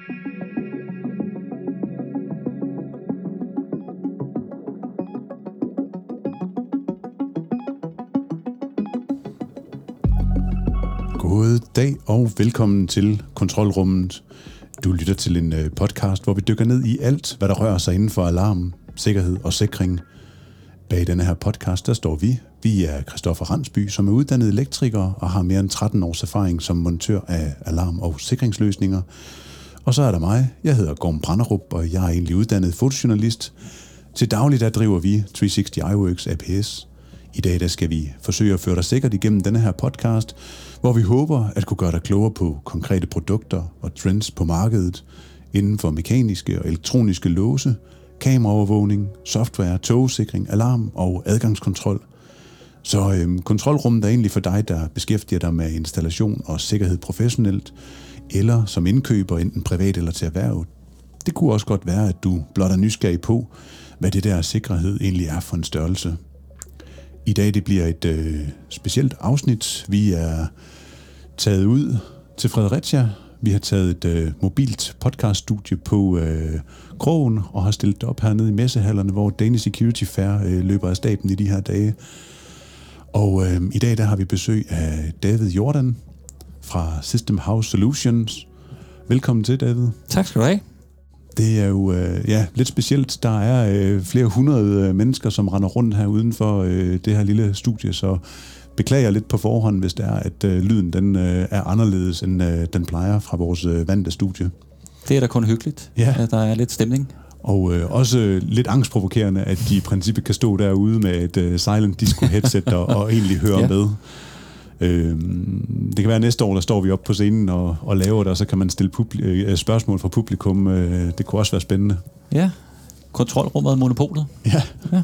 God dag og velkommen til Kontrolrummet. Du lytter til en podcast, hvor vi dykker ned i alt, hvad der rører sig inden for alarm, sikkerhed og sikring. Bag denne her podcast, der står vi. Vi er Christoffer Randsby, som er uddannet elektriker og har mere end 13 års erfaring som montør af alarm- og sikringsløsninger. Og så er der mig. Jeg hedder Gorm Branderup, og jeg er egentlig uddannet fotojournalist. Til daglig der driver vi 360 iWorks APS. I dag der skal vi forsøge at føre dig sikkert igennem denne her podcast, hvor vi håber at kunne gøre dig klogere på konkrete produkter og trends på markedet inden for mekaniske og elektroniske låse, kameraovervågning, software, togsikring, alarm og adgangskontrol. Så kontrolrummet er egentlig for dig, der beskæftiger dig med installation og sikkerhed professionelt, eller som indkøber, enten privat eller til erhverv. Det kunne også godt være, at du blot er nysgerrig på, hvad det der sikkerhed egentlig er for en størrelse. I dag det bliver et specielt afsnit. Vi er taget ud til Fredericia. Vi har taget et mobilt podcaststudie på Krogen og har stillet op hernede i messehallerne, hvor Danish Security Fair løber af stablen i de her dage. Og i dag der har vi besøg af David Jordan fra System House Solutions. Velkommen til, David. Tak skal du have. Det er jo lidt specielt. Der er flere hundrede mennesker, som render rundt her uden for det her lille studie, så beklager lidt på forhånd, hvis det er, at lyden den er anderledes, end den plejer fra vores vante studie. Det er da kun hyggeligt, at der er lidt stemning. Og også lidt angstprovokerende, at de i princippet kan stå derude med et silent disco headset og egentlig høre med. Det kan være næste år, der står vi op på scenen og laver det, og så kan man stille spørgsmål fra publikum. Det kunne også være spændende. Ja, kontrolrummet og monopolet. Ja.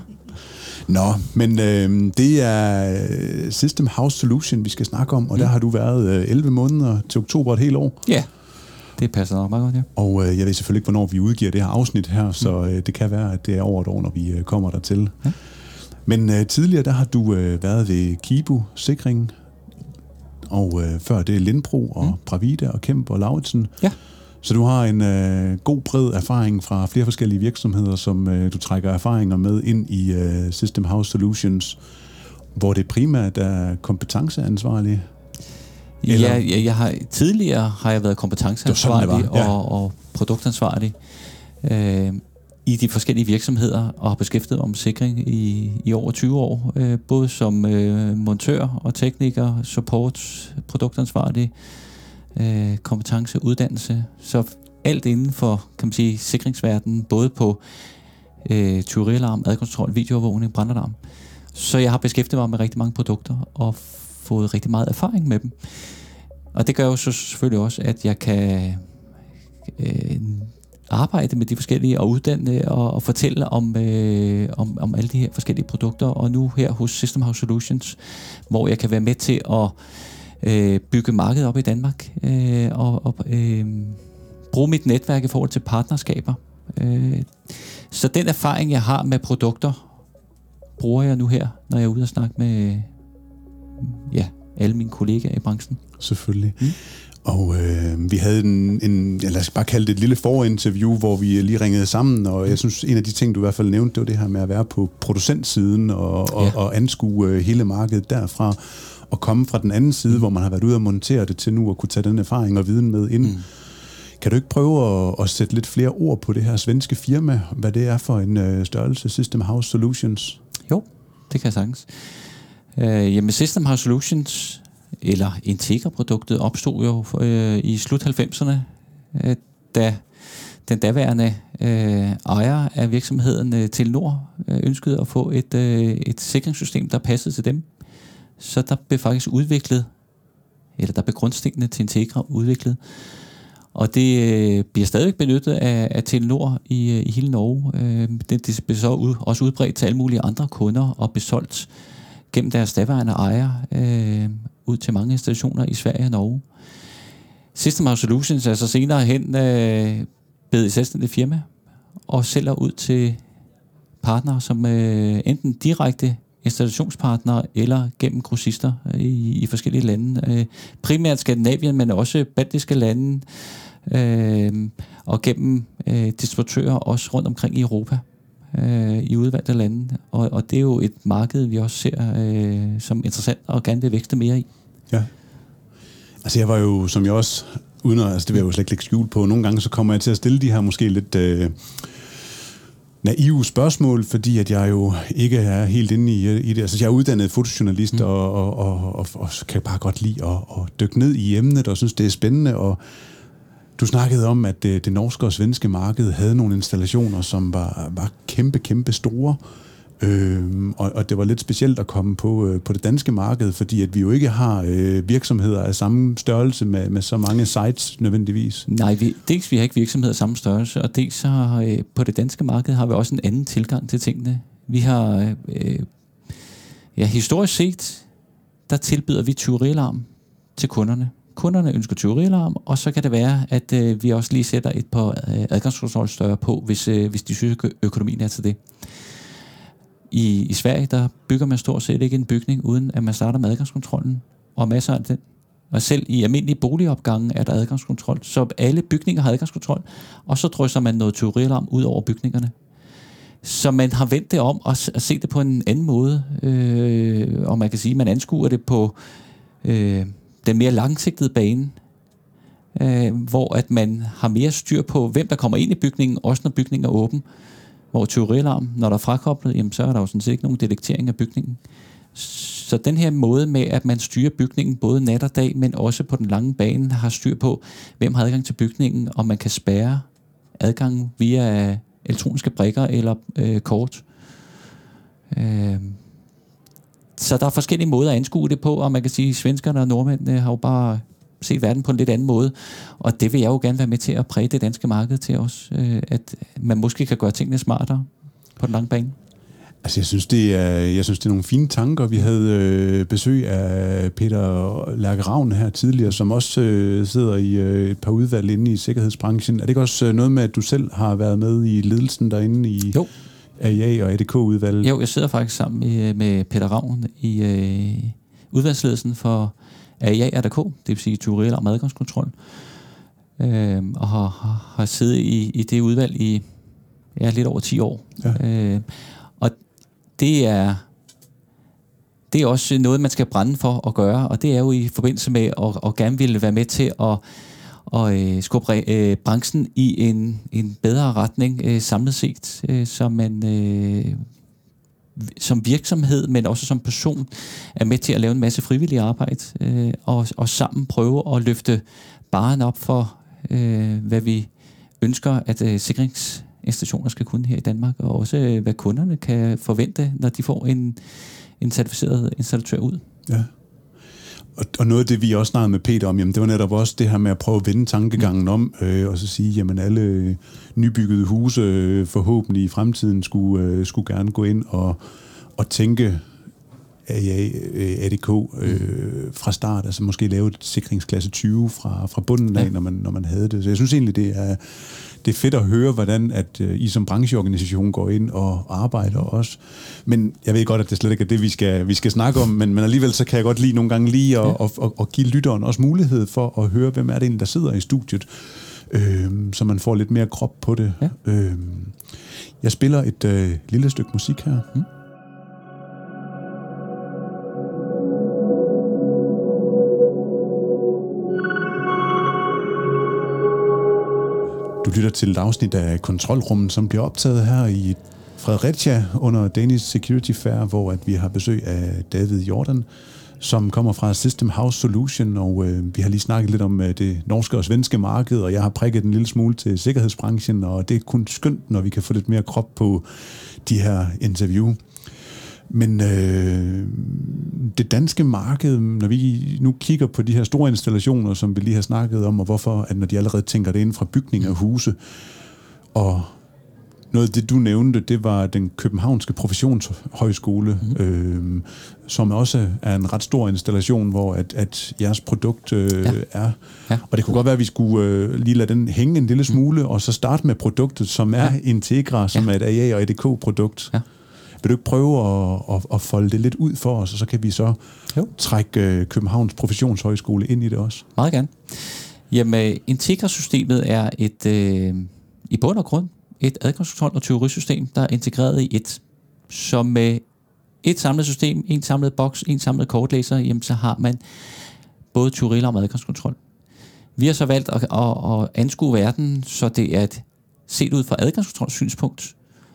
Nå, men det er System House Solution, vi skal snakke om, og der har du været 11 måneder til oktober, et helt år. Ja, det passer nok meget godt, ja. Og jeg ved selvfølgelig ikke, hvornår vi udgiver det her afsnit her, så det kan være, at det er over et år, når vi kommer dertil. Ja. Men tidligere, der har du været ved Kibo Sikring, og før det er Lindbro og Bravida og Kemp og Lauritsen. Ja. Så du har en god bred erfaring fra flere forskellige virksomheder, som du trækker erfaringer med ind i System House Solutions, hvor det primært er kompetenceansvarlig. Ja, tidligere har jeg været kompetenceansvarlig og produktansvarlig i de forskellige virksomheder og har beskæftiget mig med sikring i over 20 år, både som montør og tekniker, support, produktansvarlig, kompetence, uddannelse, så alt inden for, kan man sige, sikringsverdenen, både på tyverialarm, adgangskontrol, videoovervågning, brandalarm. Så jeg har beskæftiget mig med rigtig mange produkter og fået rigtig meget erfaring med dem. Og det gør jo så selvfølgelig også, at jeg kan arbejde med de forskellige og uddanne og fortælle om alle de her forskellige produkter. Og nu her hos System House Solutions, hvor jeg kan være med til at bygge markedet op i Danmark og bruge mit netværk i forhold til partnerskaber. Så den erfaring, jeg har med produkter, bruger jeg nu her, når jeg er ude og snakke med alle mine kollegaer i branchen. Selvfølgelig. Og vi havde lad os bare kalde det et lille forinterview, hvor vi lige ringede sammen, og jeg synes, en af de ting, du i hvert fald nævnte, det var det her med at være på producentsiden og anskue hele markedet derfra, og komme fra den anden side, hvor man har været ude og montere det til nu, og kunne tage den erfaring og viden med ind. Kan du ikke prøve at sætte lidt flere ord på det her svenske firma, hvad det er for en størrelse, System House Solutions? Jo, det kan jeg sagtens. Jamen System House Solutions, eller Integra-produktet, opstod jo i slut 90'erne, da den daværende ejer af virksomheden Telenor ønskede at få et sikringssystem, der passede til dem. Så der blev faktisk der blev grundstenene til Integra udviklet. Og det bliver stadig benyttet af Telenor i hele Norge. Det bliver så også udbredt til alle mulige andre kunder og besolgt gennem deres daværende ejere ud til mange installationer i Sverige og Norge. System House Solutions er så senere hen blevet et selvstændigt firma og sælger ud til partnere, som enten direkte installationspartnere eller gennem grossister i forskellige lande. Primært Skandinavien, men også baltiske lande. og gennem distributører også rundt omkring i Europa, i udvalgte lande. Og det er jo et marked, vi også ser som interessant og gerne vil vækste mere i. Ja. Altså jeg var jo, som jeg også, uden at, altså det vil jeg jo slet ikke lægge skjul på, nogle gange så kommer jeg til at stille de her måske lidt naive spørgsmål, fordi at jeg jo ikke er helt inde i det. Altså jeg er uddannet fotojournalist og kan bare godt lide at dykke ned i emnet og synes, det er spændende. Og du snakkede om, at det norske og svenske marked havde nogle installationer, som var kæmpe store. Og det var lidt specielt at komme på det danske marked, fordi at vi jo ikke har virksomheder af samme størrelse med så mange sites nødvendigvis. Nej, vi har ikke virksomheder af samme størrelse, og dels så på det danske marked har vi også en anden tilgang til tingene. Vi har, historisk set, der tilbyder vi tyverialarm til kunderne. Kunderne ønsker tyverialarm, og så kan det være, at vi også lige sætter et par adgangskontrolstørre på, hvis de synes, økonomien er til det. I Sverige, der bygger man stort set ikke en bygning, uden at man starter med adgangskontrollen, og masser af den. Og selv i almindelige boligopgange er der adgangskontrol, så alle bygninger har adgangskontrol, og så drysser man noget tyverialarm ud over bygningerne. Så man har vendt det om og set det på en anden måde, og man kan sige, at man anskuer det på den mere langsigtede bane, hvor at man har mere styr på, hvem der kommer ind i bygningen, også når bygningen er åben. Hvor tyverialarm, når der er frakoblet, jamen, så er der jo sådan set ikke nogen detektering af bygningen. Så den her måde med, at man styrer bygningen både nat og dag, men også på den lange bane, har styr på, hvem har adgang til bygningen, og man kan spærre adgangen via elektroniske brikker eller kort. Så der er forskellige måder at anskue det på, og man kan sige, at svenskerne og nordmændene har jo bare set verden på en lidt anden måde, og det vil jeg jo gerne være med til at præge det danske marked til os, at man måske kan gøre tingene smartere på den lange bane. Altså jeg synes det er nogle fine tanker. Vi havde besøg af Peter Lærke Ravn her tidligere, som også sidder i et par udvalg inde i sikkerhedsbranchen. Er det ikke også noget med, at du selv har været med i ledelsen derinde i AIA og ADK-udvalget? Jo, jeg sidder faktisk sammen med Peter Ravn i udvalgsledelsen for AIA og ADK, det vil sige tyverialarm og adgangskontrol, og har siddet i det udvalg i lidt over 10 år. Ja. Og det er også noget, man skal brænde for at gøre, og det er jo i forbindelse med at gerne ville være med til at skubbe branchen i en bedre retning samlet set, så man som virksomhed, men også som person, er med til at lave en masse frivillig arbejde, og sammen prøve at løfte barren op for, hvad vi ønsker, at sikringsinstallationer skal kunne her i Danmark, og også hvad kunderne kan forvente, når de får en certificeret installatør ud. Ja. Og noget af det, vi også snakkede med Peter om, jamen, det var netop også det her med at prøve at vende tankegangen om, og så sige, jamen alle nybyggede huse forhåbentlig i fremtiden skulle gerne gå ind og tænke ADK fra start, altså måske lave et sikringsklasse 20 fra bunden af, når man havde det. Så jeg synes egentlig, det er fedt at høre, hvordan at I som brancheorganisation går ind og arbejder også. Men jeg ved godt, at det slet ikke er det, vi skal snakke om, men alligevel så kan jeg godt lide nogle gange lige at give lytteren også mulighed for at høre, hvem er det egentlig, der sidder i studiet, så man får lidt mere krop på det. Ja. Jeg spiller et lille stykke musik her. Du lytter til et afsnit af Kontrolrummet, som bliver optaget her i Fredericia under Danish Security Fair, hvor at vi har besøg af David Jordan, som kommer fra System House Solution, og vi har lige snakket lidt om det norske og svenske marked, og jeg har prikket en lille smule til sikkerhedsbranchen, og det er kun skønt, når vi kan få lidt mere krop på de her interview. Men det danske marked, når vi nu kigger på de her store installationer, som vi lige har snakket om, og hvorfor, at når de allerede tænker det inden fra bygning af huse, og noget af det, du nævnte, det var den københavnske professionshøjskole, som også er en ret stor installation, hvor at jeres produkt er. Ja. Og det kunne godt være, at vi skulle lige lade den hænge en lille smule, og så starte med produktet, som er Integra, som er et AA- og ADK-produkt. Ja. Vil du ikke prøve at folde det lidt ud for os, og så kan vi så trække Københavns Professionshøjskole ind i det også? Meget gerne. Jamen, Integra-systemet er i bund og grund et adgangskontrol- og tyverisystem, der er integreret i et. Så med et samlet system, en samlet boks, en samlet kortlæser, jamen, så har man både tyverialarm og adgangskontrol. Vi har så valgt at anskue verden, så det er et set ud fra adgangskontrolsynspunkt,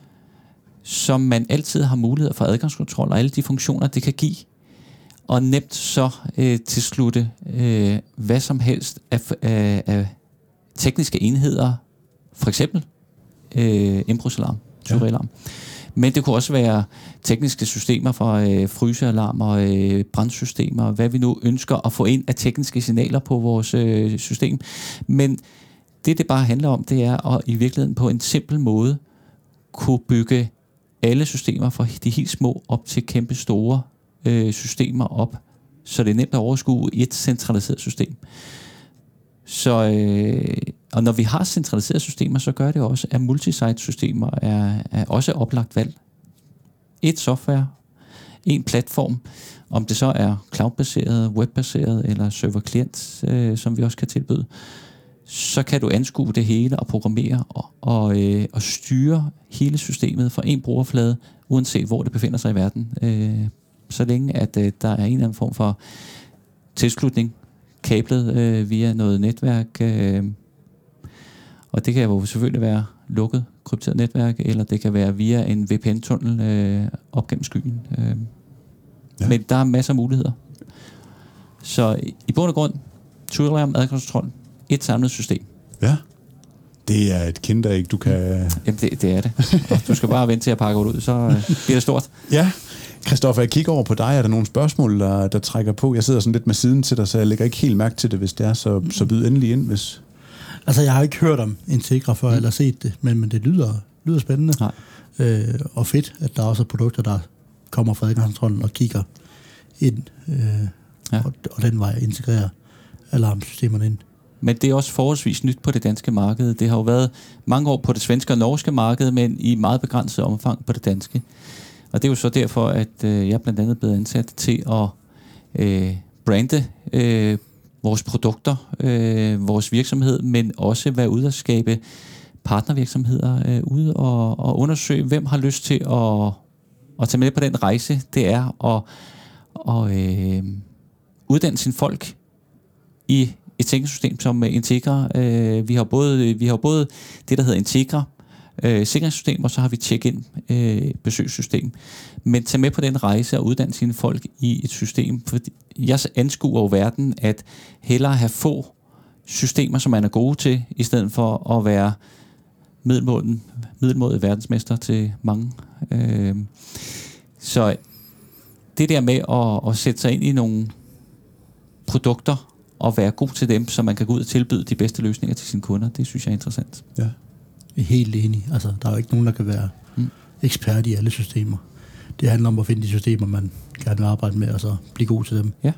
som man altid har mulighed for adgangskontrol og alle de funktioner, det kan give, og nemt så tilslutte hvad som helst af tekniske enheder, for eksempel indbrudsalarm, tyverialarm. Ja. Men det kunne også være tekniske systemer for frysealarm og brandsystemer, hvad vi nu ønsker at få ind af tekniske signaler på vores system. Men det bare handler om, det er at i virkeligheden på en simpel måde kunne bygge alle systemer fra de helt små op til kæmpe store systemer op, så det er nemt at overskue i et centraliseret system. Så, og når vi har centraliserede systemer, så gør det også, at multisite-systemer er også oplagt valg. Et software, en platform, om det så er cloud-baseret, web-baseret eller server-klient, som vi også kan tilbyde, så kan du anskue det hele og programmere og styre hele systemet fra en brugerflade, uanset hvor det befinder sig i verden. Så længe at der er en eller anden form for tilslutning, kablet via noget netværk, og det kan jo selvfølgelig være lukket, krypteret netværk, eller det kan være via en VPN-tunnel op gennem skyen. Ja. Men der er masser af muligheder. Så i bund og grund, tyverialarm, adgangskontrol, et samlet system. Ja, det er et kinderæg, du kan... Jamen, det er det. Og du skal bare vente til at pakke det ud, så bliver det stort. Ja. Christoffer, jeg kigger over på dig. Er der nogle spørgsmål, der trækker på? Jeg sidder sådan lidt med siden til dig, så jeg lægger ikke helt mærke til det, hvis det er, så byd endelig ind, hvis... Altså, jeg har ikke hørt om Integra før, eller set det, men det lyder spændende. Og fedt, at der også er produkter, der kommer fra adgangskontrollen og kigger ind, og den vej integrerer alarmsystemerne ind. Men det er også forholdsvis nyt på det danske marked. Det har jo været mange år på det svenske og norske marked, men i meget begrænset omfang på det danske. Og det er jo så derfor, at jeg er blandt andet blevet ansat til at brande vores produkter, vores virksomhed, men også være ude og skabe partnervirksomheder ude og undersøge, hvem har lyst til at tage med på den rejse. Det er at uddanne sine folk i et tænkesystem som Integra. Vi har både det, der hedder Integra, sikringssystem, og så har vi check-in besøgssystem. Men tag med på den rejse og uddanne sine folk i et system. For jeg anskuer jo verden, at hellere have få systemer, som man er gode til, i stedet for at være middelmådig verdensmester til mange. Så det der med at sætte sig ind i nogle produkter og være god til dem, så man kan gå ud og tilbyde de bedste løsninger til sine kunder, det synes jeg er interessant. Ja. Helt enig. Altså, der er jo ikke nogen, der kan være ekspert i alle systemer. Det handler om at finde de systemer, man gerne vil arbejde med, og så blive god til dem. Ja.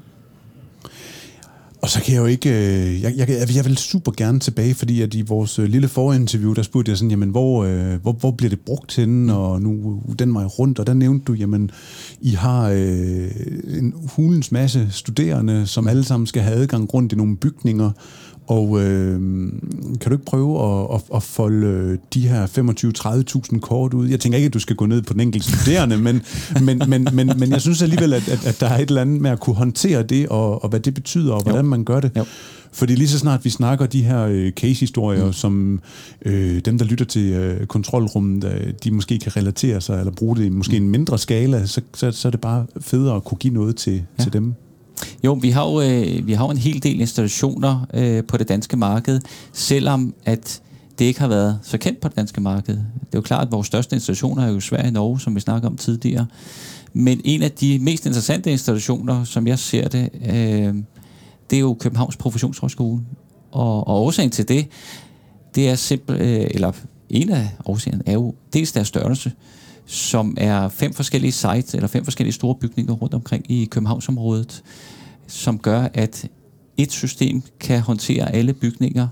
Og så kan jeg jo ikke... Jeg vil super gerne tilbage, fordi at i vores lille forinterview, der spurgte jeg sådan, jamen, hvor bliver det brugt henne, og nu den vej rundt, og der nævnte du, jamen, I har en hulens masse studerende, som alle sammen skal have adgang rundt i nogle bygninger, og kan du ikke prøve at folde de her 25-30.000 kort ud? Jeg tænker ikke, at du skal gå ned på den enkelte studerende, men jeg synes alligevel, at der er et eller andet med at kunne håndtere det, og hvad det betyder, og hvordan man gør det. Jo. Fordi lige så snart vi snakker de her case-historier, som dem, der lytter til kontrolrummet, de måske kan relatere sig, eller bruge det i måske en mindre skala, så er det bare federe at kunne give noget til dem. Jo, vi har jo en hel del installationer på det danske marked, selvom at det ikke har været så kendt på det danske marked. Det er jo klart, at vores største installationer er jo Sverige og Norge, som vi snakker om tidligere. Men en af de mest interessante installationer, som jeg ser det, det er jo Københavns Professionshøjskole. Og årsagen til det er simpelthen, eller en af årsagerne er jo dels deres størrelse, som er 5 forskellige sites, eller 5 forskellige store bygninger rundt omkring i Københavnsområdet, som gør, at et system kan håndtere alle bygninger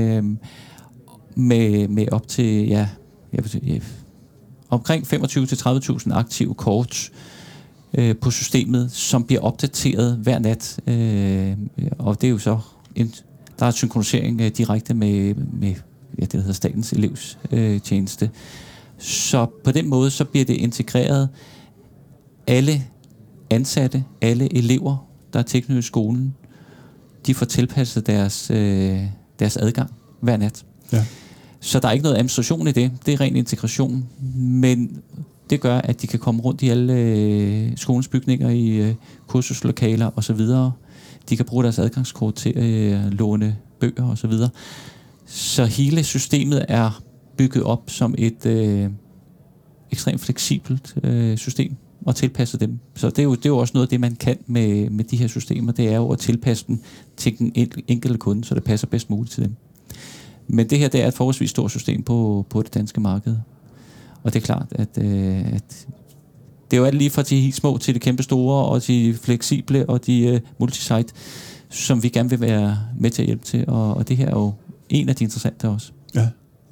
med op til omkring 25-30.000 aktive kort på systemet, som bliver opdateret hver nat. Og det er jo så Der er synkronisering direkte med det hedder Statens Elevtjeneste. Så på den måde, så bliver det integreret. Alle ansatte, alle elever, der er tilknyttet skolen, de får tilpasset deres adgang hver nat. Ja. Så der er ikke noget administration i det. Det er ren integration. Men det gør, at de kan komme rundt i alle skolens bygninger, i kursuslokaler osv. De kan bruge deres adgangskort til at låne bøger osv. Så hele systemet er bygget op som et ekstremt fleksibelt system og tilpasse dem. Så det er jo også noget af det, man kan med de her systemer. Det er jo at tilpasse dem til den enkelte kunde, så det passer bedst muligt til dem. Men det her, det er et forholdsvis stort system på det danske marked. Og det er klart, at det er jo alt lige fra de helt små til de kæmpe store, og de fleksible, og de multisite, som vi gerne vil være med til at hjælpe til. Og det her er jo en af de interessante også. Ja.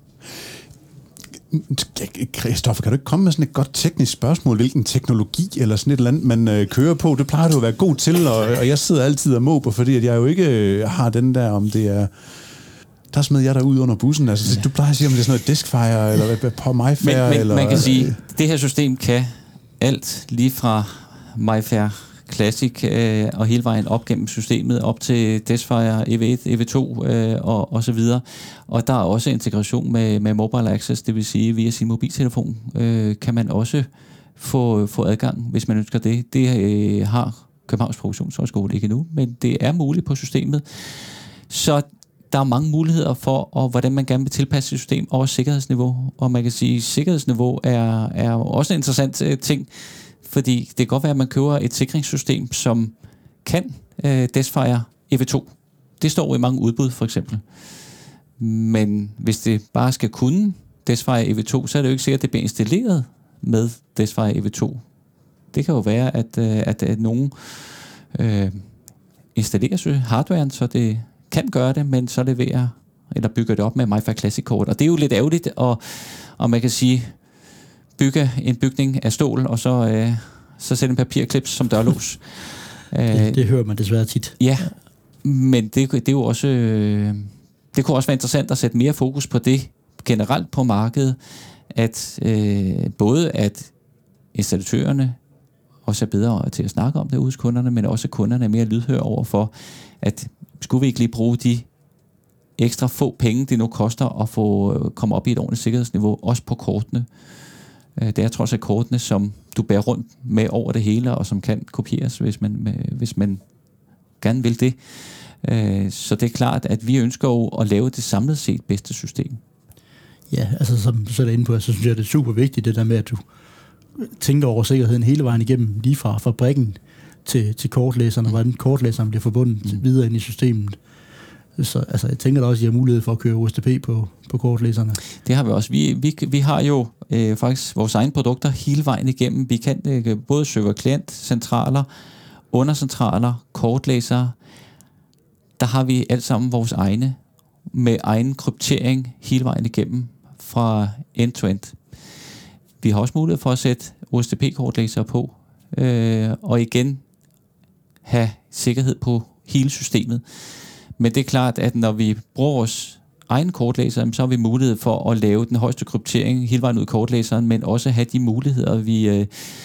Christoffer, kan du ikke komme med sådan et godt teknisk spørgsmål? Hvilken teknologi eller sådan et eller andet, man kører på? Det plejer du at være god til, og jeg sidder altid og måber, fordi at jeg jo ikke har den der, om det er... Der smed jeg der ud under bussen. Altså, du plejer at sige, om det er sådan noget Diskfire, eller på MyFair, men eller... man kan sige, at det her system kan alt, lige fra MyFair Classic og hele vejen op gennem systemet, op til Diskfire, EV1, EV2 og så videre. Og der er også integration med Mobile Access, det vil sige, via sin mobiltelefon kan man også få adgang, hvis man ønsker det. Det har Københavns Professionshøjskole ikke endnu, men det er muligt på systemet. Så der er mange muligheder for, og hvordan man gerne vil tilpasse sit system, og sikkerhedsniveau. Og man kan sige, at sikkerhedsniveau er også en interessant ting, fordi det kan godt være, at man køber et sikringssystem, som kan Diskfire EV2. Det står i mange udbud, for eksempel. Men hvis det bare skal kunne Diskfire EV2, så er det jo ikke sikkert, at det bliver installeret med Diskfire EV2. Det kan jo være, at nogen installerer hardwaren, så det kan gøre det, men så leverer eller bygger det op med MyFair Classic-kort. Og det er jo lidt ærgerligt, og man kan sige, bygge en bygning af stål, og så sætte en papirklips som dørlås. Det hører man desværre tit. Ja, men det er jo også... det kunne også være interessant at sætte mere fokus på det generelt på markedet, at både at installatørerne også er bedre til at snakke om det hos kunderne, men også at kunderne er mere lydhøre over for, at skulle vi ikke lige bruge de ekstra få penge, det nu koster at få komme op i et ordentligt sikkerhedsniveau, også på kortene. Det er trods alt kortene, som du bærer rundt med over det hele, og som kan kopieres, hvis man gerne vil det. Så det er klart, at vi ønsker jo at lave det samlet set bedste system. Ja, altså som du sætter inde på, så synes jeg, det er super vigtigt, det der med, at du tænker over sikkerheden hele vejen igennem, lige fra fabrikken til kortlæseren, og hvordan kortlæseren bliver forbundet videre ind i systemet. Så altså, jeg tænker da også, at I har mulighed for at køre USDP på kortlæserne. Det har vi også. Vi har jo faktisk vores egne produkter hele vejen igennem. Vi kan både server-klient, centraler, undercentraler, kortlæsere. Der har vi alt sammen vores egne, med egen kryptering hele vejen igennem fra end-to-end. Vi har også mulighed for at sætte USDP-kortlæsere på, og igen have sikkerhed på hele systemet. Men det er klart, at når vi bruger vores egen kortlæser, så har vi mulighed for at lave den højeste kryptering hele vejen ud i kortlæseren, men også have de muligheder, vi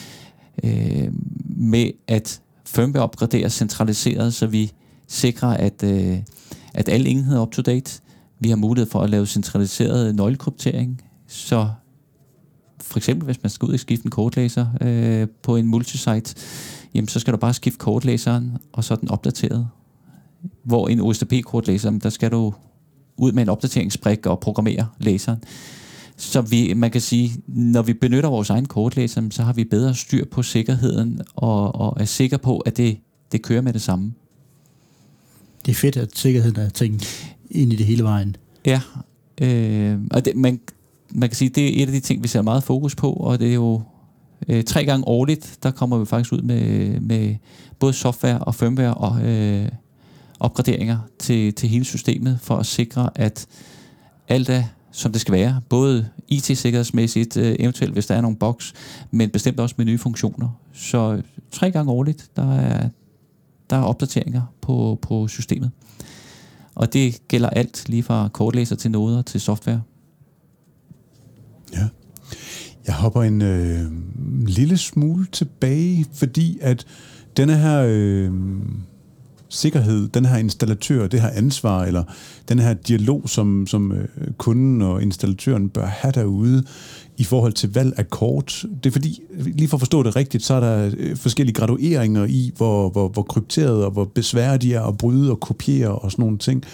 med at firmware opgraderes centraliseret, så vi sikrer, at alle enheder er up-to-date. Vi har mulighed for at lave centraliseret nøglekryptering, så for eksempel, hvis man skal ud og skifte en kortlæser på en multisite, jamen så skal du bare skifte kortlæseren, og så er den opdateret. Hvor en USDP-kortlæser, der skal du ud med en opdateringsbrik og programmere læseren. Så man kan sige, når vi benytter vores egen kortlæser, så har vi bedre styr på sikkerheden, og er sikre på, at det kører med det samme. Det er fedt, at sikkerheden er tænkt ind i det hele vejen. Ja, og man kan sige, det er et af de ting, vi ser meget fokus på, og det er jo 3 gange årligt, der kommer vi faktisk ud med både software og firmware og opgraderinger til hele systemet, for at sikre, at alt er, som det skal være, både IT-sikkerhedsmæssigt, eventuelt hvis der er nogle bugs, men bestemt også med nye funktioner. Så 3 gange årligt, der er opdateringer på systemet. Og det gælder alt, lige fra kortlæser til noder til software. Ja. Jeg hopper en lille smule tilbage, fordi at denne her sikkerhed, den her installatør, det her ansvar, eller den her dialog, som kunden og installatøren bør have derude, i forhold til valg af kort. Det er fordi, lige for at forstå det rigtigt, så er der forskellige gradueringer i, hvor krypteret og hvor besværet de er at bryde og kopiere og sådan nogle ting.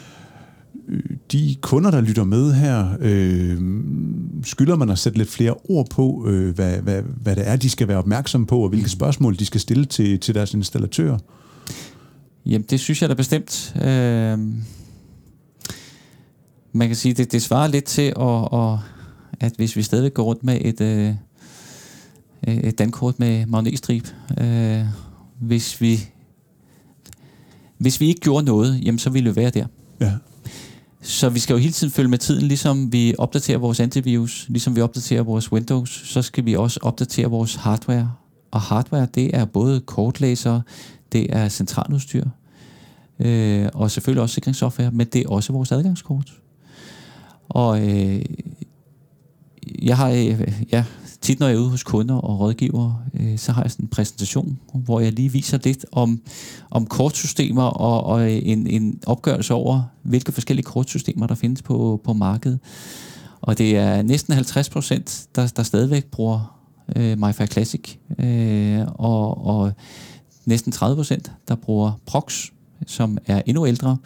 De kunder, der lytter med her, skylder man at sætte lidt flere ord på, hvad det er, de skal være opmærksomme på, og hvilke spørgsmål de skal stille til deres installatører? Jamen, det synes jeg da bestemt. Man kan sige, det svarer lidt til, at hvis vi stadig går rundt med et dankort med magnetstrip, hvis vi ikke gjorde noget, jamen, så ville vi være der. Ja. Så vi skal jo hele tiden følge med tiden, ligesom vi opdaterer vores antivirus, ligesom vi opdaterer vores Windows, så skal vi også opdatere vores hardware. Og hardware, det er både kortlæsere, det er centraludstyr, og selvfølgelig også sikringssoftware, men det er også vores adgangskort. Og jeg har tit, når jeg er ude hos kunder og rådgivere, så har jeg sådan en præsentation, hvor jeg lige viser lidt om kortsystemer og en opgørelse over, hvilke forskellige kortsystemer, der findes på markedet. Og det er næsten 50%, der stadigvæk bruger MiFi Classic, og næsten 30%, der bruger Prox, som er endnu ældre.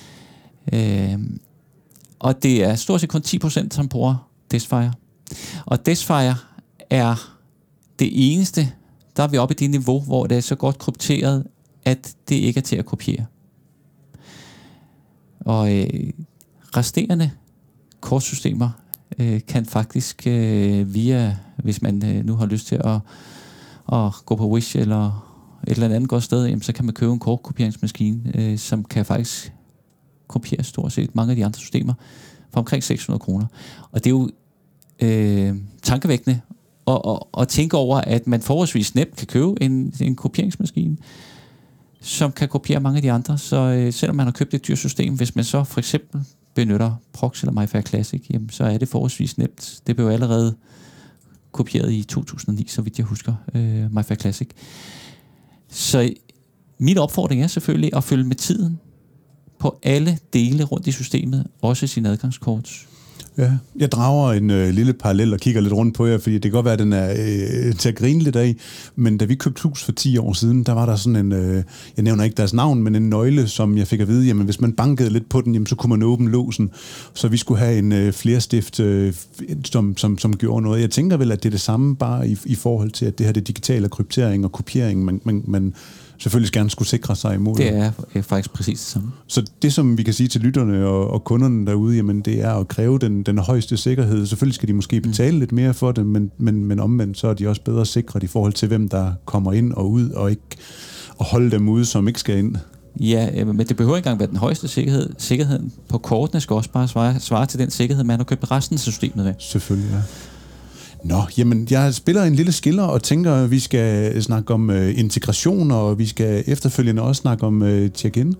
Og det er stort set kun 10%, som bruger Desfire. Og Desfire er det eneste, der er vi oppe i det niveau, hvor det er så godt krypteret, at det ikke er til at kopiere. Og resterende kortsystemer kan faktisk via, hvis man nu har lyst til at gå på Wish eller et eller andet godt sted, jamen, så kan man købe en kortkopieringsmaskine, som kan faktisk kopiere stort set mange af de andre systemer for omkring 600 kroner. Og det er jo tankevækkende at tænke over, at man forholdsvis nemt kan købe en kopieringsmaskine, som kan kopiere mange af de andre. Så selvom man har købt et dyrt system, hvis man så for eksempel benytter Prox eller MiFi Classic, jamen, så er det forholdsvis nemt. Det blev allerede kopieret i 2009, så vidt jeg husker, MiFi Classic. Så min opfordring er selvfølgelig at følge med tiden på alle dele rundt i systemet, også sin adgangskort. Ja, jeg drager en lille parallel og kigger lidt rundt på jer, fordi det kan godt være, at den er til at grine lidt af, men da vi købte hus for 10 år siden, der var der sådan en, jeg nævner ikke deres navn, men en nøgle, som jeg fik at vide, jamen hvis man bankede lidt på den, jamen så kunne man åbne låsen, så vi skulle have en flerstift, som gjorde noget. Jeg tænker vel, at det er det samme, bare i forhold til, at det her det digitale kryptering og kopiering, man selvfølgelig gerne skulle sikre sig imod. Det er faktisk præcis det samme. Så det, som vi kan sige til lytterne og kunderne derude, jamen det er at kræve den højeste sikkerhed. Selvfølgelig skal de måske betale lidt mere for det, men omvendt så er de også bedre sikret i forhold til, hvem der kommer ind og ud, og ikke at holde dem ude, som ikke skal ind. Ja, men det behøver ikke engang være den højeste sikkerhed. Sikkerheden på kortene skal også bare svare til den sikkerhed, man har købt resten af systemet med. Selvfølgelig, ja. Nå, jamen, jeg spiller en lille skiller og tænker, at vi skal snakke om integration, og vi skal efterfølgende også snakke om check-in.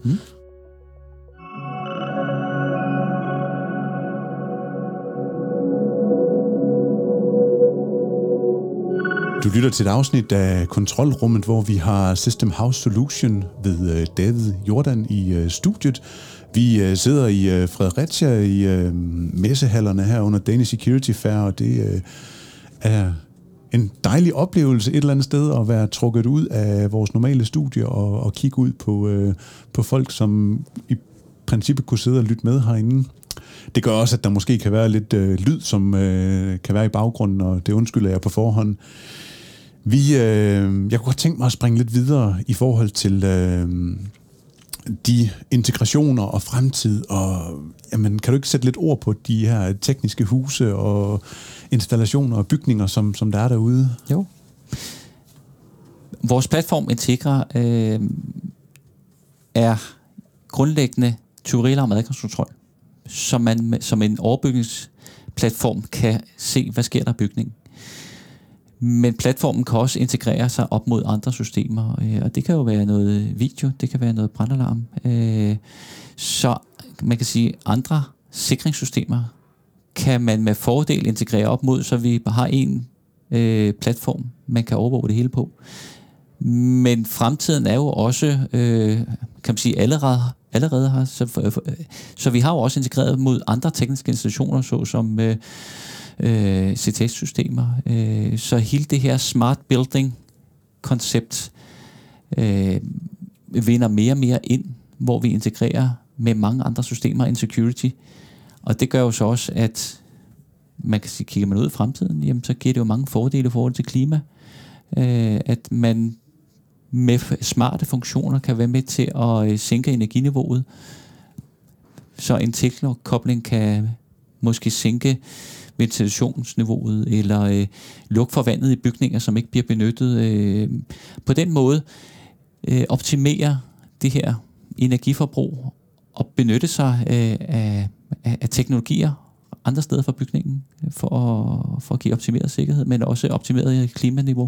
Du lytter til et afsnit af Kontrolrummet, hvor vi har System House Solution ved David Jordan i studiet. Vi sidder i Fredericia i messehallerne her under Danish Security Fair, og det er en dejlig oplevelse et eller andet sted at være trukket ud af vores normale studie og kigge ud på folk, som i princippet kunne sidde og lytte med herinde. Det gør også, at der måske kan være lidt lyd, som kan være i baggrunden, og det undskylder jeg på forhånd. Jeg kunne godt tænke mig at springe lidt videre i forhold til de integrationer og fremtid, og jamen, kan du ikke sætte lidt ord på de her tekniske huse og installationer og bygninger, som der er derude? Jo. Vores platform Integra er grundlæggende tyverialarm og adgangskontrol, så man som en overbygningsplatform kan se, hvad sker der i bygningen. Men platformen kan også integrere sig op mod andre systemer, og det kan jo være noget video, det kan være noget brandalarm. Så man kan sige, andre sikringssystemer kan man med fordel integrere op mod, så vi har en platform, man kan overvåge det hele på. Men fremtiden er jo også, kan man sige, allerede her. Så vi har jo også integreret mod andre tekniske institutioner, såsom CTS-systemer. Så hele det her smart building-koncept vinder mere og mere ind, hvor vi integrerer med mange andre systemer end security. Og det gør jo så også, at man kan sige, kigger man ud i fremtiden, jamen, så giver det jo mange fordele i forhold til klima. At man med smarte funktioner kan være med til at sænke energiniveauet. Så en tilkobling kan måske sænke ventilationsniveauet, eller lukke for vandet i bygninger, som ikke bliver benyttet. På den måde optimere det her energiforbrug og benytte sig af teknologier andre steder for bygningen, for at give optimeret sikkerhed, men også optimeret klimaniveau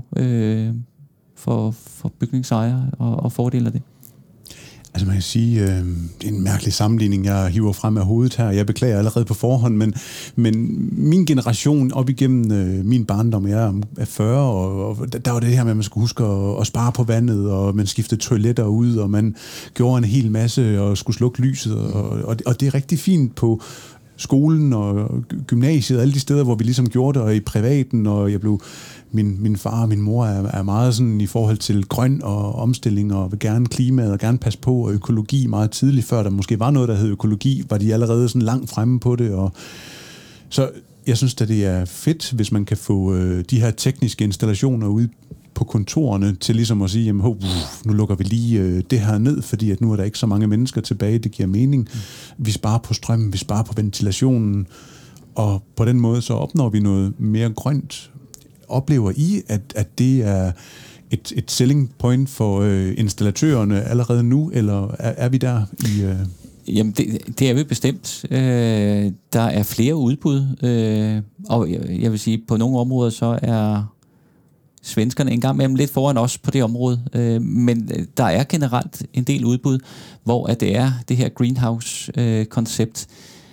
for bygningsejere og fordele af det. Altså man kan sige, det er en mærkelig sammenligning, jeg hiver frem af hovedet her. Jeg beklager allerede på forhånd, men min generation op igennem min barndom, jeg er 40, og der var det her med, at man skulle huske at spare på vandet, og man skiftede toiletter ud, og man gjorde en hel masse, og skulle slukke lyset, og det er rigtig fint på skolen og gymnasiet, alle de steder, hvor vi ligesom gjorde det, og i privaten, og jeg blev... Min far og min mor er meget sådan i forhold til grøn og omstilling, og vil gerne klimaet og gerne passe på, og økologi meget tidligt, før der måske var noget, der hed økologi, var de allerede sådan langt fremme på det. Og så jeg synes, at det er fedt, hvis man kan få de her tekniske installationer ude på kontorerne til ligesom at sige, jamen, nu lukker vi lige det her ned, fordi at nu er der ikke så mange mennesker tilbage, det giver mening. Vi sparer på strømmen, vi sparer på ventilationen, og på den måde så opnår vi noget mere grønt. Oplever I, at det er et selling point for installatørerne allerede nu, eller er vi der i... Jamen, det er vi bestemt. Der er flere udbud, og jeg vil sige, på nogle områder så er svenskerne engang med dem lidt foran os på det område, men der er generelt en del udbud, hvor at det er det her greenhouse-koncept,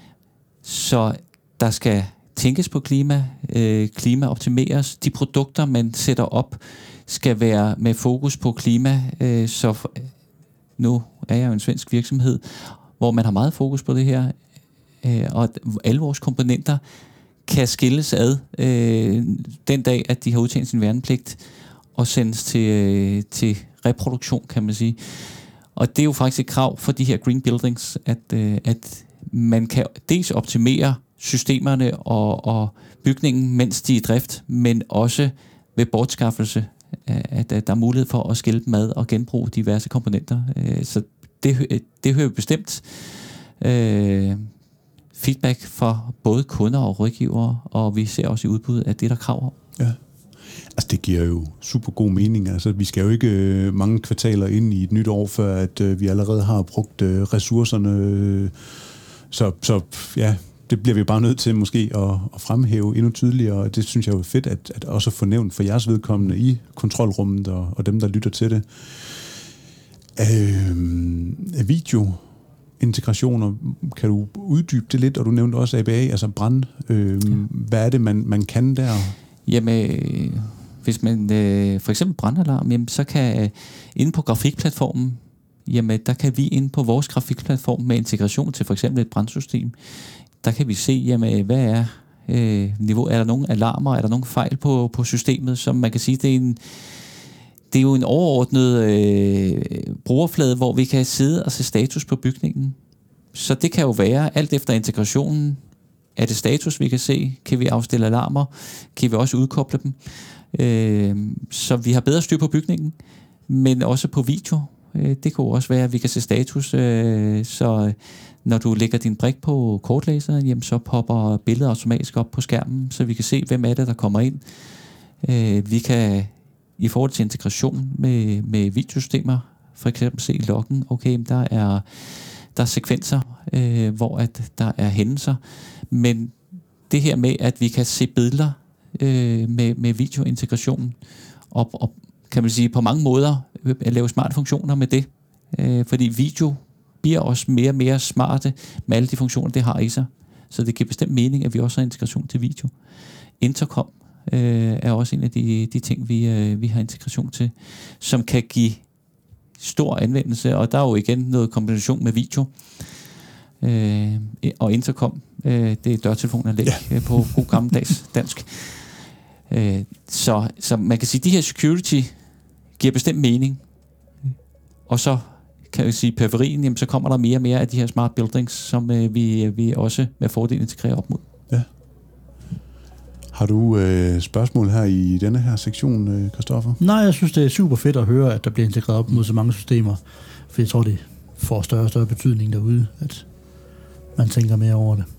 så der skal tænkes på klima optimeres. De produkter, man sætter op, skal være med fokus på klima. Så nu er jeg jo en svensk virksomhed, hvor man har meget fokus på det her, og alle vores komponenter kan skilles ad den dag, at de har udtjent sin værnepligt og sendes til reproduktion, kan man sige. Og det er jo faktisk et krav for de her green buildings, at man kan dels optimere systemerne og bygningen, mens de er i drift, men også ved bortskaffelse, at der er mulighed for at skille dem ad og genbruge diverse komponenter. Så det hører bestemt feedback fra både kunder og rådgivere, og vi ser også i udbuddet, at det er der krav om. Ja. Altså det giver jo super god mening. Altså vi skal jo ikke mange kvartaler ind i et nyt år, før at vi allerede har brugt ressourcerne. Så ja, det bliver vi bare nødt til måske at fremhæve endnu tydeligere, og det synes jeg er fedt, at også få nævnt for jeres vedkommende i kontrolrummet og dem, der lytter til det. Videointegrationer, kan du uddybe det lidt, og du nævnte også ABA, altså brand. Hvad er det, man kan der? Jamen, hvis man for eksempel brandalarm, jamen, så kan inde på grafikplatformen, jamen, der kan vi inde på vores grafikplatform med integration til for eksempel et brandsystem, der kan vi se, jamen, hvad er niveau, er der nogle alarmer, er der nogle fejl på systemet, som man kan sige, det er jo en overordnet brugerflade, hvor vi kan sidde og se status på bygningen. Så det kan jo være, alt efter integrationen, er det status, vi kan se, kan vi afstille alarmer, kan vi også udkoble dem. Så vi har bedre styr på bygningen, men også på video. Det kan jo også være, at vi kan se status, så når du lægger din brik på kortlæseren, jamen, så popper billedet automatisk op på skærmen, så vi kan se, hvem er det, der kommer ind. Vi kan i forhold til integration med videosystemer, for eksempel se loggen, okay, der er sekvenser, hvor at der er hændelser, men det her med, at vi kan se billeder med videointegration, og kan man sige på mange måder at lave smarte funktioner med det, fordi video bliver også mere og mere smarte med alle de funktioner, det har i sig. Så det giver bestemt mening, at vi også har integration til video. Intercom er også en af de ting, vi har integration til, som kan give stor anvendelse, og der er jo igen noget kombination med video og intercom. Det er dørtelefonanlæg på god gammeldags dansk. Så man kan sige, at de her security giver bestemt mening, og så kan jeg sige, periferien, jamen, så kommer der mere og mere af de her smart buildings, som vi også med fordel integrerer op mod. Ja. Har du spørgsmål her i denne her sektion, Christoffer? Nej, jeg synes, det er super fedt at høre, at der bliver integreret op mod så mange systemer, for jeg tror, det får større og større betydning derude, at man tænker mere over det.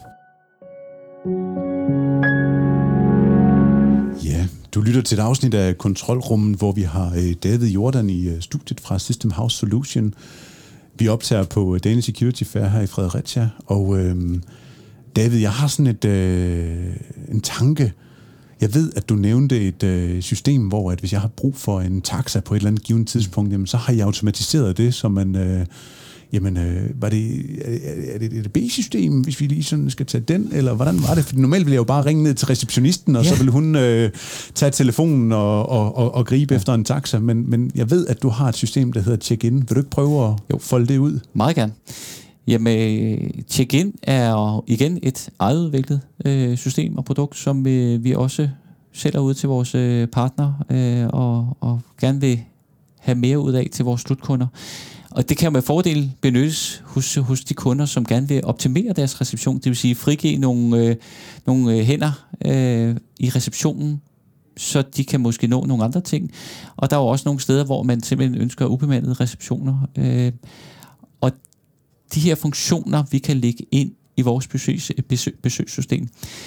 Ja, du lytter til et afsnit af Kontrolrummet, hvor vi har David Jordan i studiet fra System House Solution. Vi optager på Danish Security Fair her i Fredericia, og David, jeg har sådan en tanke. Jeg ved, at du nævnte et system, hvor at hvis jeg har brug for en taxa på et eller andet givet tidspunkt, jamen, så har jeg automatiseret det, så man... er det et B-system, hvis vi lige sådan skal tage den, eller hvordan var det? For normalt ville jeg jo bare ringe ned til receptionisten, og så ville hun tage telefonen og gribe efter en taxa, men jeg ved, at du har et system, der hedder Check-in. Vil du ikke prøve at folde det ud? Meget gerne. Jamen, Check-in er igen et egetudviklet system og produkt, som vi også sælger ud til vores partnere, og gerne vil have mere ud af til vores slutkunder. Og det kan jo med fordel benyttes hos de kunder, som gerne vil optimere deres reception, det vil sige frigive nogle hænder i receptionen, så de kan måske nå nogle andre ting. Og der er jo også nogle steder, hvor man simpelthen ønsker ubemandede receptioner. Og de her funktioner, vi kan lægge ind i vores besøgssystem,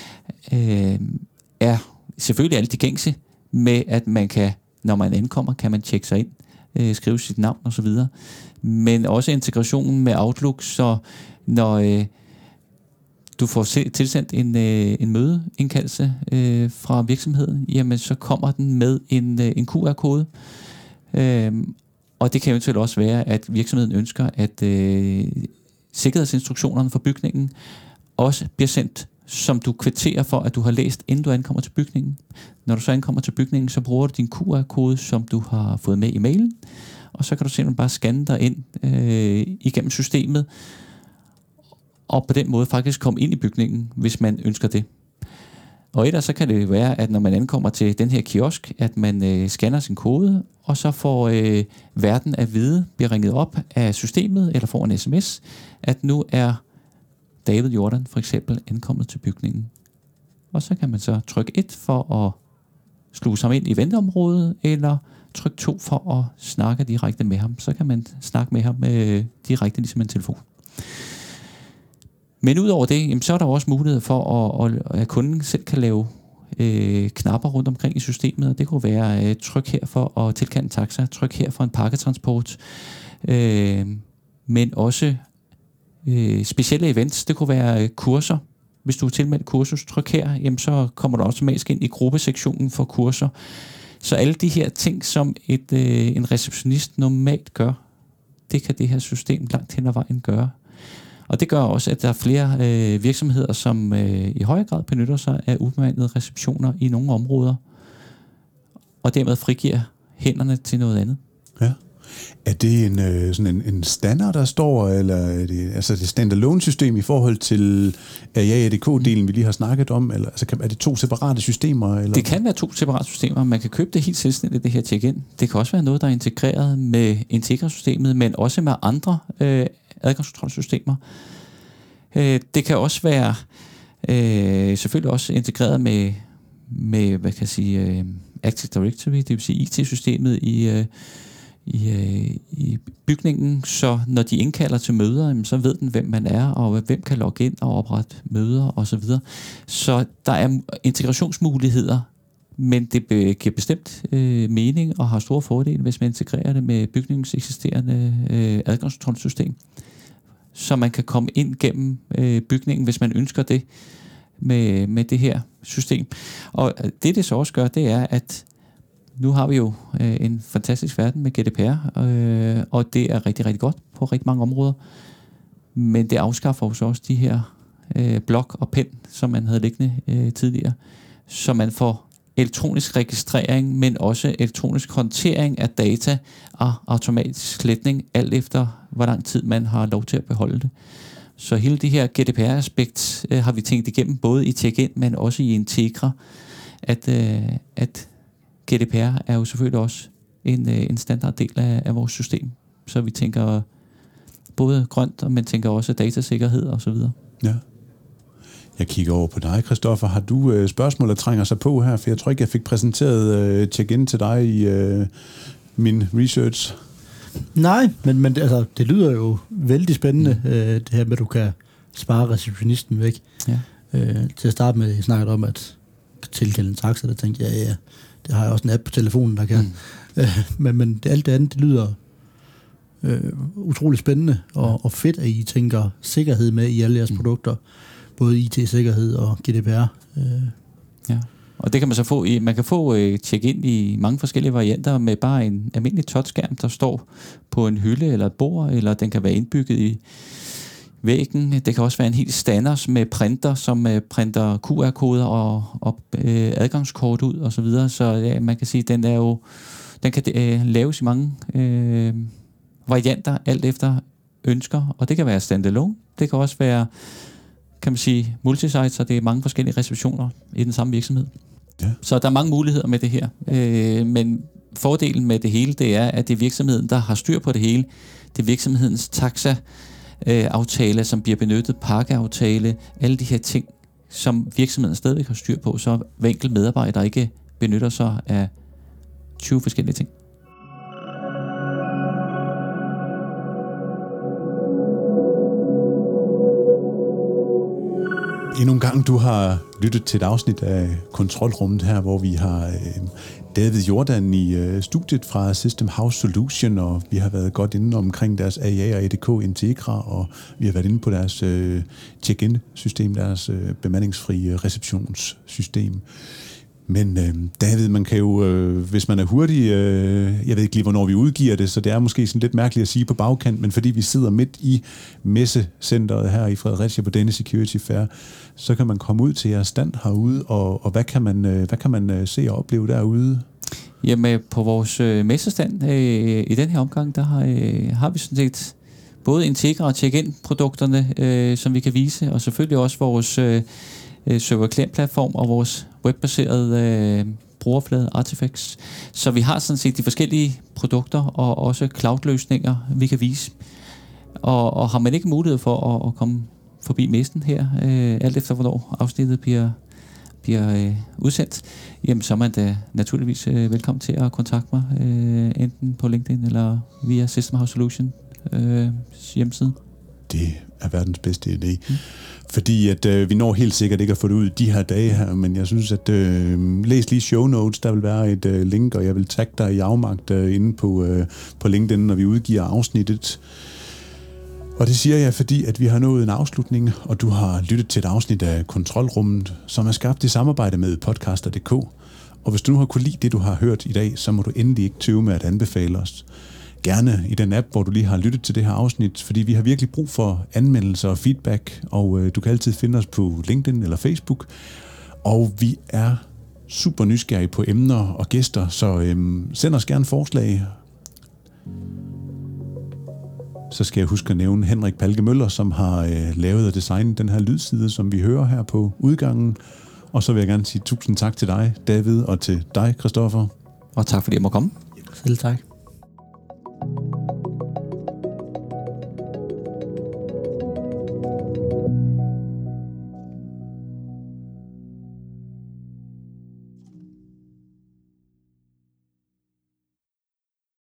er selvfølgelig alle de gængse med, at man kan, når man ankommer, kan man tjekke sig ind, skrive sit navn og så videre. Men også integrationen med Outlook, så når du får tilsendt en mødeindkaldelse fra virksomheden, jamen så kommer den med en QR-kode. Og det kan eventuelt også være, at virksomheden ønsker, at sikkerhedsinstruktionerne for bygningen også bliver sendt, som du kvitterer for, at du har læst, inden du ankommer til bygningen. Når du så ankommer til bygningen, så bruger du din QR-kode, som du har fået med i mailen, og så kan du simpelthen bare scanne dig ind igennem systemet, og på den måde faktisk komme ind i bygningen, hvis man ønsker det. Og ellers så kan det være, at når man ankommer til den her kiosk, at man scanner sin kode, og så får verden at vide, bliver ringet op af systemet, eller får en sms, at nu er David Jordan for eksempel ankommet til bygningen. Og så kan man så trykke 1 for at sluge sig ind i venteområdet, eller tryk 2 for at snakke direkte med ham. Så kan man snakke med ham direkte ligesom en telefon. Men udover det, jamen, så er der også mulighed for, at kunden selv kan lave knapper rundt omkring i systemet, og det kunne være tryk her for at tilkalde en taxa, tryk her for en pakketransport, men også specielle events. Det kunne være kurser. Hvis du er tilmeldt kursus, tryk her, jamen, så kommer du automatisk ind i gruppesektionen for kurser. Så alle de her ting, som en receptionist normalt gør, det kan det her system langt hen ad vejen gøre. Og det gør også, at der er flere virksomheder, som i højere grad benytter sig af ubemandede receptioner i nogle områder, og dermed frigiver hænderne til noget andet. Ja. Er det sådan en standard, der står, eller er det altså det standalone system i forhold til ADK-delen, vi lige har snakket om, eller altså, er det 2 separate systemer? Eller? Det kan være 2 separate systemer. Man kan købe det helt selvstændigt, det her check-in. Det kan også være noget, der er integreret med Integra-systemet, men også med andre adgangskontrolsystemer. Det kan også være selvfølgelig også integreret med hvad kan jeg sige, Active Directory, det vil sige IT-systemet i bygningen, så når de indkalder til møder, så ved den, hvem man er, og hvem kan logge ind og oprette møder osv. Så der er integrationsmuligheder, men det giver bestemt mening og har store fordele, hvis man integrerer det med bygningens eksisterende adgangskontrolsystem, så man kan komme ind gennem bygningen, hvis man ønsker det. med det her system. Og det så også gør, det er, at nu har vi jo en fantastisk verden med GDPR, og det er rigtig, rigtig godt på rigtig mange områder. Men det afskaffer jo også de her blok og pen, som man havde liggende tidligere, så man får elektronisk registrering, men også elektronisk håndtering af data og automatisk sletning, alt efter hvor lang tid man har lov til at beholde det. Så hele det her GDPR-aspekt har vi tænkt igennem, både i check-in, men også i Integra, at GDPR er jo selvfølgelig også en standarddel af vores system. Så vi tænker både grønt, og man tænker også datasikkerhed og så videre. Ja. Jeg kigger over på dig, Christoffer. Har du spørgsmål, der trænger sig på her? For jeg tror ikke, jeg fik præsenteret check-in til dig i min research. Nej, men det lyder jo vældig spændende, det her med, at du kan spare receptionisten væk. Ja. Til at starte med, jeg snakkede om, at tilkalde en taxa, der tænkte jeg, ja, det har jeg også en app på telefonen, der kan. Men alt det andet, det lyder utrolig spændende og fedt, at I tænker sikkerhed med i alle jeres produkter. Både IT-sikkerhed og GDPR. Ja, og det kan man så få man kan få check-in i mange forskellige varianter med bare en almindelig touchskærm, der står på en hylde eller et bord, eller den kan være indbygget i væggen. Det kan også være en helt standard med printer, som printer QR-koder og adgangskort ud og så videre. Så ja, man kan sige, den kan laves i mange varianter, alt efter ønsker, og det kan være standalone. Det kan også være, kan man sige, multisite, så det er mange forskellige receptioner i den samme virksomhed. Ja. Så der er mange muligheder med det her. Men fordelen med det hele, det er, at det er virksomheden, der har styr på det hele. Det er virksomhedens taxa-aftale, som bliver benyttet, pakkeaftale, alle de her ting, som virksomheden stadigvæk har styr på, så hver enkelt medarbejder ikke benytter sig af 20 forskellige ting. Endnu en gang, du har lyttet til et afsnit af Kontrolrummet her, hvor vi har David Jordan i studiet fra System House Solution, og vi har været godt inde omkring deres AA og EDK Integra, og vi har været inde på deres check-in-system, deres bemandingsfri receptionssystem. Men David, man kan jo, hvis man er hurtig, jeg ved ikke lige, hvornår vi udgiver det, så det er måske sådan lidt mærkeligt at sige på bagkant, men fordi vi sidder midt i messecenteret her i Fredericia på Danish Security Fair, så kan man komme ud til jeres stand herude, og hvad kan man se og opleve derude? Jamen, på vores messestand i den her omgang, der har vi sådan set både Integra og check-in-produkterne, som vi kan vise, og selvfølgelig også vores server-klient-platform og vores webbaserede brugerflade Artifacts. Så vi har sådan set de forskellige produkter og også cloud-løsninger, vi kan vise. Og har man ikke mulighed for at komme forbi messen her, alt efter hvornår afsnittet bliver udsendt, jamen så er man da naturligvis velkommen til at kontakte mig, enten på LinkedIn eller via System House Solution hjemmeside. Det er verdens bedste idé. Fordi at vi når helt sikkert ikke at få det ud de her dage her, men jeg synes, at læs lige show notes, der vil være et link, og jeg vil tagge dig i afmagt inde på LinkedIn, når vi udgiver afsnittet. Og det siger jeg, fordi at vi har nået en afslutning, og du har lyttet til et afsnit af Kontrolrummet, som er skabt i samarbejde med podcaster.dk. Og hvis du nu har kunne lide det, du har hørt i dag, så må du endelig ikke tøve med at anbefale os. Gerne i den app, hvor du lige har lyttet til det her afsnit, fordi vi har virkelig brug for anmeldelser og feedback, og du kan altid finde os på LinkedIn eller Facebook. Og vi er super nysgerrige på emner og gæster, så send os gerne forslag. Så skal jeg huske at nævne Henrik Palke Møller, som har lavet og designet den her lydside, som vi hører her på udgangen. Og så vil jeg gerne sige tusind tak til dig, David, og til dig, Christoffer. Og tak fordi jeg må komme. Selv tak.